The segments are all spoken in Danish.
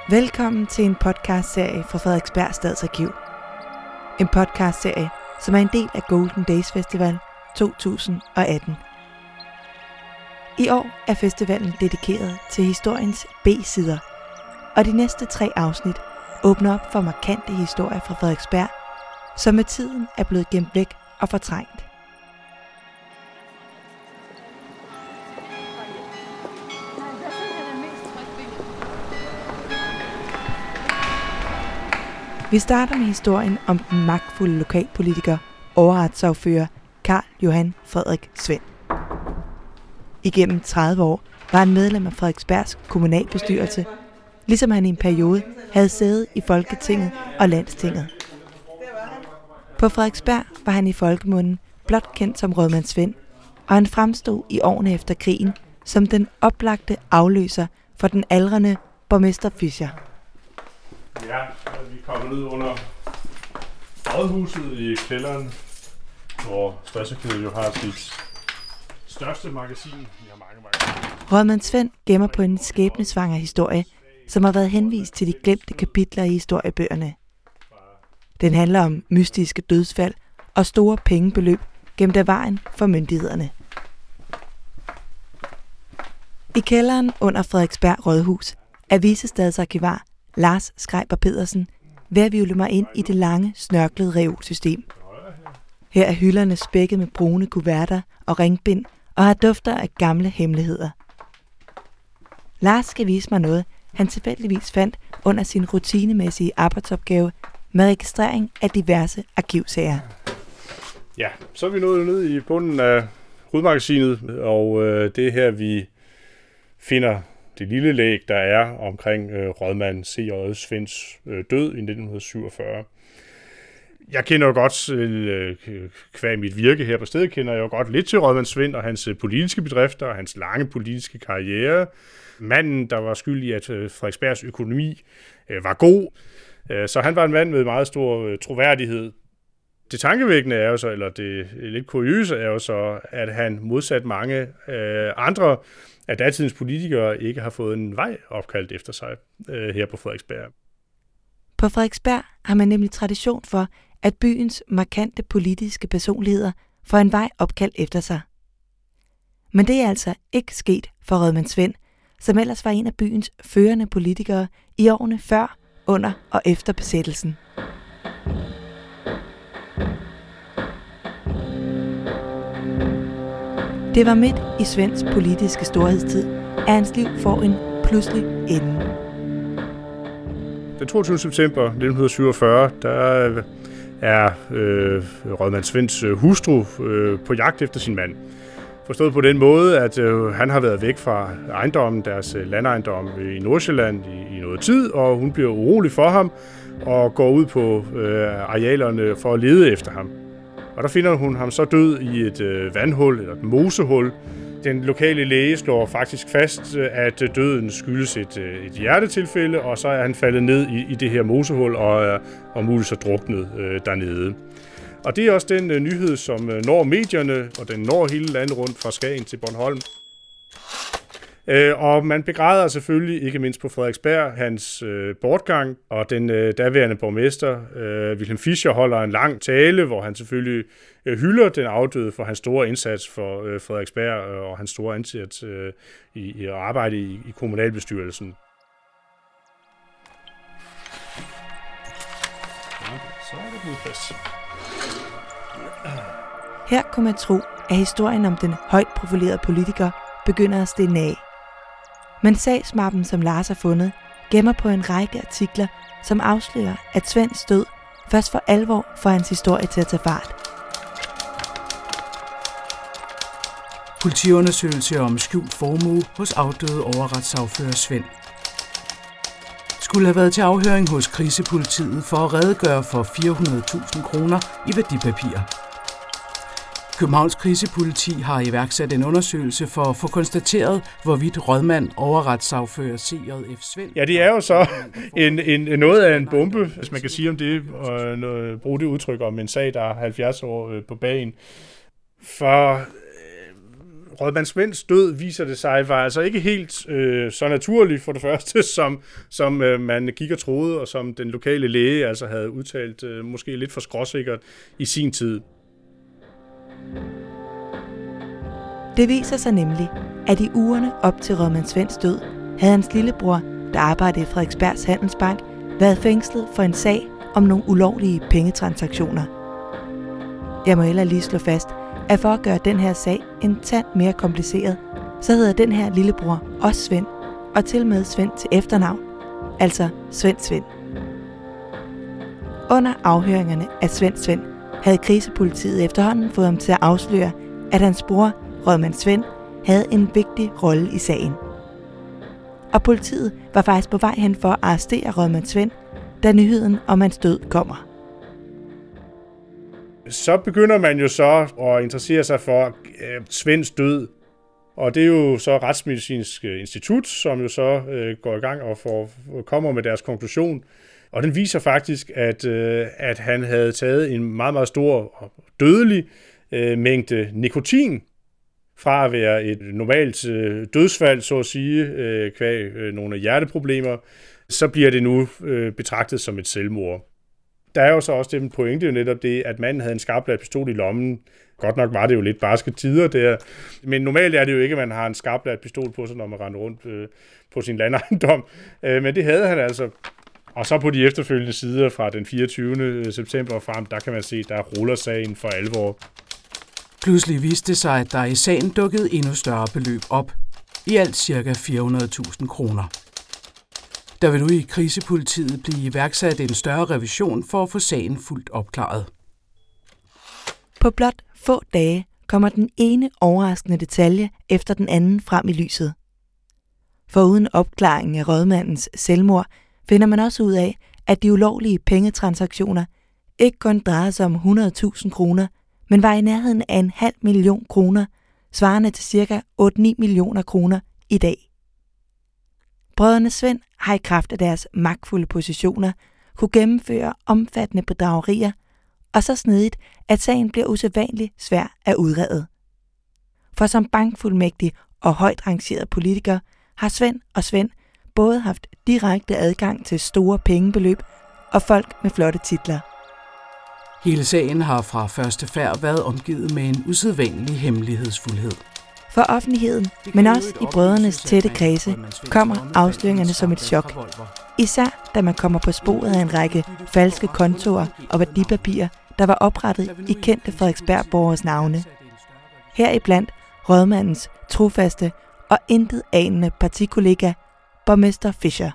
Velkommen til en podcastserie fra Frederiksberg Stadsarkiv. En podcastserie, som er en del af Golden Days Festival 2018. I år er festivalen dedikeret til historiens B-sider, og de næste 3 afsnit åbner op for markante historier fra Frederiksberg, som med tiden er blevet gemt væk og fortrængt. Vi starter med historien om den magtfulde lokalpolitiker, overretssagfører Carl Johan Frederik Svend. Igennem 30 år var han medlem af Frederiksbergs kommunalbestyrelse, ligesom han i en periode havde sæde i Folketinget og Landstinget. På Frederiksberg var han i folkemunden blot kendt som Rådmand Svend, og han fremstod i årene efter krigen som den oplagte afløser for den aldrende borgmester Fischer. Ja, vi kommer ned under rådhuset i kælderen, hvor Stadsarkivet jo har sit største magasin. Vi har mange. Rådmand Svend gemmer på en skæbnesvanger historie, som har været henvist til de glemte kapitler i historiebøgerne. Den handler om mystiske dødsfald og store pengebeløb gemt af vejen for myndighederne. I kælderen under Frederiksberg Rådhus er vicestadsarkivar Lars Schreiber Pedersen ved at hvirvle mig ind i det lange, snørklede reolsystem. Her er hylderne spækket med brune kuverter og ringbind og har dufter af gamle hemmeligheder. Lars skal vise mig noget, han tilfældigvis fandt under sin rutinemæssige arbejdsopgave med registrering af diverse arkivsager. Ja, så er vi nået ned i bunden af hovedmagasinet, og det er her, vi finder det lille læg, der er omkring rådmand C.J. Svends død i 1947. Jeg kender jo godt, qua mit virke her på stedet, kender jeg jo godt lidt til rådmand Svend og hans politiske bedrifter og hans lange politiske karriere. Manden, der var skyld i, at Frederiksbergs økonomi var god. Så han var en mand med meget stor troværdighed. Det tankevækkende er jo så, eller det lidt kuriøse er jo så, at han modsat mange andre at datidens politikere ikke har fået en vej opkaldt efter sig her på Frederiksberg. På Frederiksberg har man nemlig tradition for, at byens markante politiske personligheder får en vej opkaldt efter sig. Men det er altså ikke sket for Rådmand Svend, som ellers var en af byens førende politikere i årene før, under og efter besættelsen. Det var midt i Svends politiske storhedstid, at hans liv får en pludselig ende. Den 22. september 1947, der er rådmand Svends hustru på jagt efter sin mand. Forstået på den måde, at han har været væk fra ejendommen, deres landejendom i Nordsjælland i noget tid, og hun bliver urolig for ham og går ud på arealerne for at lede efter ham. Og der finder hun ham så død i et vandhul, eller et mosehul. Den lokale læge slår faktisk fast, at døden skyldes et hjertetilfælde, og så er han faldet ned i det her mosehul og muligt så druknet dernede. Og det er også den nyhed, som når medierne, og den når hele landet rundt fra Skagen til Bornholm. Og man begræder selvfølgelig, ikke mindst på Frederiksberg, hans bortgang, og den daværende borgmester, Wilhelm Fischer, holder en lang tale, hvor han selvfølgelig hylder den afdøde for hans store indsats for Frederiksberg og hans store indsats i arbejde i kommunalbestyrelsen. Ja, så er det blevet plads. Her kunne man tro, at historien om den højt profilerede politiker begynder at stilne af. Men sagsmappen, som Lars har fundet, gemmer på en række artikler, som afslører, at Svends død først for alvor får hans historie til at tage fart. Politiundersøgelse om skjult formue hos afdøde overretssagfører Svend. Skulle have været til afhøring hos krisepolitiet for at redegøre for 400.000 kroner i værdipapirer. Københavns krisepoliti har iværksat en undersøgelse for at få konstateret, hvorvidt rådmand overretssagfører C.J.F. Svend... Ja, det er jo så noget af en bombe, hvis man kan sige om det, og bruge det udtryk om en sag, der er 70 år på bagen. For rådmand Svends død, viser det sig, var altså ikke helt så naturlig for det første, som man gik og troede, og som den lokale læge altså havde udtalt måske lidt for skråsikkert i sin tid. Det viser sig nemlig, at i ugerne op til rådmand Svends død, havde hans lillebror, der arbejdede i Frederiksbergs Handelsbank, været fængslet for en sag om nogle ulovlige pengetransaktioner. Jeg må heller lige slå fast, at for at gøre den her sag en tand mere kompliceret, så hedder den her lillebror også Svend, og til med Svend til efternavn, altså Svend. Under afhøringerne af Svend havde krisepolitiet efterhånden fået ham til at afsløre, at hans bror, rådmand Svend, havde en vigtig rolle i sagen. Og politiet var faktisk på vej hen for at arrestere rådmand Svend, da nyheden om hans død kommer. Så begynder man jo så at interessere sig for Svends død, og det er jo så Retsmedicinsk Institut, som jo så går i gang og kommer med deres konklusion. Og den viser faktisk, at han havde taget en meget, meget stor og dødelig mængde nikotin fra at være et normalt dødsfald, så at sige, kvæg nogle hjerteproblemer, så bliver det nu betragtet som et selvmord. Der er jo så også den pointe jo netop det, at manden havde en skarpladt pistol i lommen. Godt nok var det jo lidt barske tider der, men normalt er det jo ikke, at man har en skarpladt pistol på sig, når man render rundt på sin landejendom. Men det havde han altså. Og så på de efterfølgende sider fra den 24. september og frem, der kan man se, der ruller sagen for alvor. Pludselig viste det sig, at der i sagen dukkede endnu større beløb op. I alt ca. 400.000 kroner. Der vil nu i krisepolitiet blive iværksat en større revision for at få sagen fuldt opklaret. På blot få dage kommer den ene overraskende detalje efter den anden frem i lyset. Foruden opklaringen af rådmandens selvmord, finder man også ud af, at de ulovlige pengetransaktioner ikke kun drejede sig om 100.000 kroner, men var i nærheden af 500.000 kroner, svarende til ca. 8-9 millioner kroner i dag. Brødrene Svend har i kraft af deres magtfulde positioner kunne gennemføre omfattende bedragerier, og så snedigt, at sagen bliver usædvanligt svær at udrede. For som bankfuldmægtig og højt rangeret politiker har Svend både haft direkte adgang til store pengebeløb og folk med flotte titler. Hele sagen har fra første færd været omgivet med en usædvanlig hemmelighedsfuldhed. For offentligheden, men også i brødrenes tætte kredse, kommer afsløringerne som et chok. Især da man kommer på sporet af en række falske kontoer og værdipapirer, der var oprettet i kendte Frederiksberg-borgers navne. Heriblandt rådmandens trofaste og intet anende partikollega, borgmester Fischer.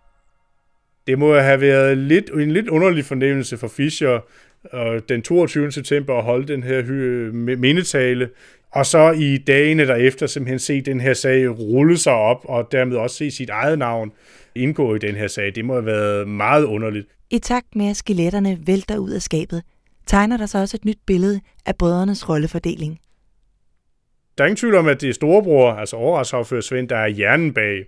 Det må have været en lidt underlig fornemmelse for Fischer den 22. september at holde den her mindetale, og så i dagene derefter simpelthen se den her sag rulle sig op, og dermed også se sit eget navn indgå i den her sag. Det må have været meget underligt. I takt med, at skeletterne vælter ud af skabet, tegner der sig også et nyt billede af brødrenes rollefordeling. Der er ingen tvivl om, at det er storebror, altså overretssagfører Svend, der er hjernen bag,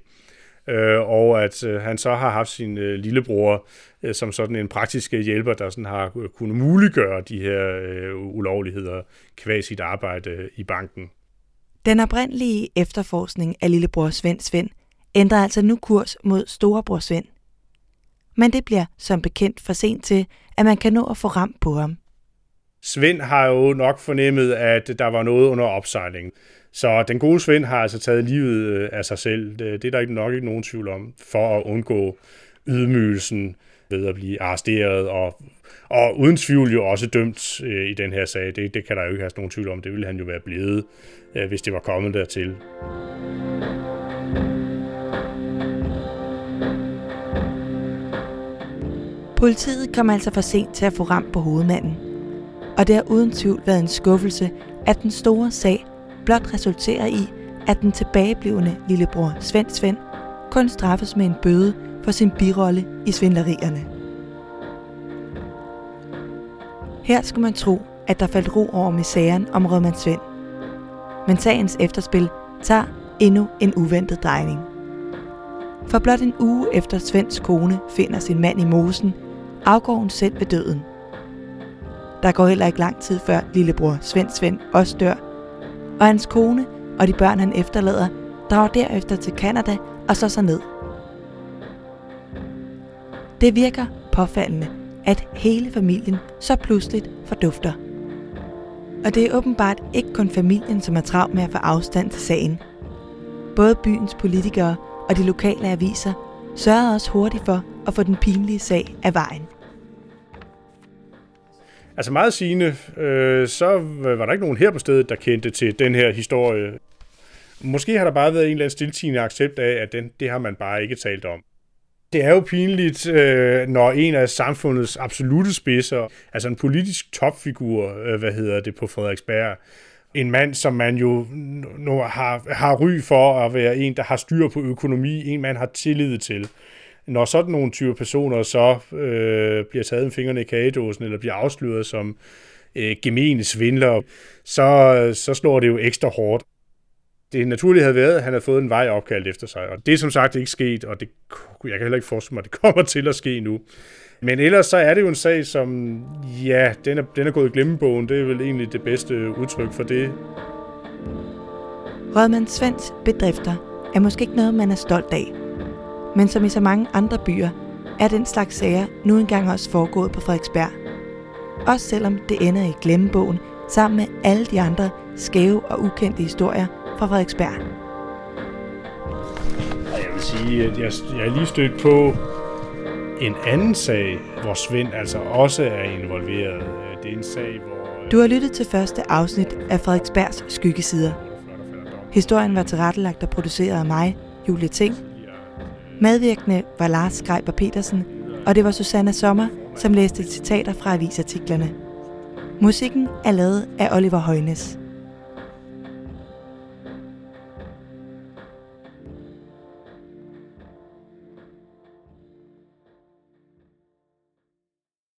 og at han så har haft sin lillebror som sådan en praktisk hjælper, der sådan har kunnet muliggøre de her ulovligheder kvad sit arbejde i banken. Den oprindelige efterforskning af lillebror Svend ændrer altså nu kurs mod storebror Svend. Men det bliver som bekendt for sent til, at man kan nå at få ram på ham. Svend har jo nok fornemmet, at der var noget under opsejling. Så den gode Svend har altså taget livet af sig selv. Det er der nok ikke nogen tvivl om, for at undgå ydmygelsen ved at blive arresteret og uden tvivl jo også dømt i den her sag. Det kan der jo ikke have nogen tvivl om. Det ville han jo være blevet, hvis det var kommet dertil. Politiet kom altså for sent til at få ram på hovedmanden. Og det har uden tvivl været en skuffelse, at den store sag blot resulterer i, at den tilbageblevende lillebror Svend kun straffes med en bøde for sin birolle i svindlerierne. Her skulle man tro, at der faldt ro over misæren om rådmand Svend. Men sagens efterspil tager endnu en uventet drejning. For blot en uge efter Svends kone finder sin mand i mosen, afgår hun selv ved døden. Der går heller ikke lang tid før lillebror Svend også dør, og hans kone og de børn, han efterlader, drager derefter til Canada og slår sig ned. Det virker påfaldende, at hele familien så pludseligt fordufter. Og det er åbenbart ikke kun familien, som er travlt med at få afstand til sagen. Både byens politikere og de lokale aviser sørgede også hurtigt for at få den pinlige sag af vejen. Altså meget sigende, så var der ikke nogen her på stedet, der kendte til den her historie. Måske har der bare været en eller anden stiltiende accept af, at det har man bare ikke talt om. Det er jo pinligt, når en af samfundets absolutte spidser, altså en politisk topfigur, på Frederiksberg, en mand, som man jo har ry for at være en, der har styr på økonomi, en man har tillid til. Når sådan nogle typer personer så bliver taget med fingrene i kagedåsen, eller bliver afsløret som gemene svindlere, så slår det jo ekstra hårdt. Det naturlige havde været, at han havde fået en vej opkaldt efter sig, og det er som sagt ikke sket, og jeg kan heller ikke forestille mig, at det kommer til at ske nu. Men ellers så er det jo en sag, som, ja, den er gået i glemmebogen. Det er vel egentlig det bedste udtryk for det. Rådmand Svends bedrifter er måske ikke noget, man er stolt af. Men som i så mange andre byer, er den slags sager nu engang også foregået på Frederiksberg. Også selvom det ender i glemmebogen, sammen med alle de andre skæve og ukendte historier fra Frederiksberg. Jeg vil sige, at jeg er lige stødt på en anden sag, hvor Svend altså også er involveret. Det er en sag, hvor... Du har lyttet til første afsnit af Frederiksbergs Skyggesider. Historien var tilrettelagt og produceret af mig, Julie Ting. Medvirkende var Lars Skreiber Petersen, og det var Susanna Sommer, som læste citater fra avisartiklerne. Musikken er lavet af Oliver Højnes.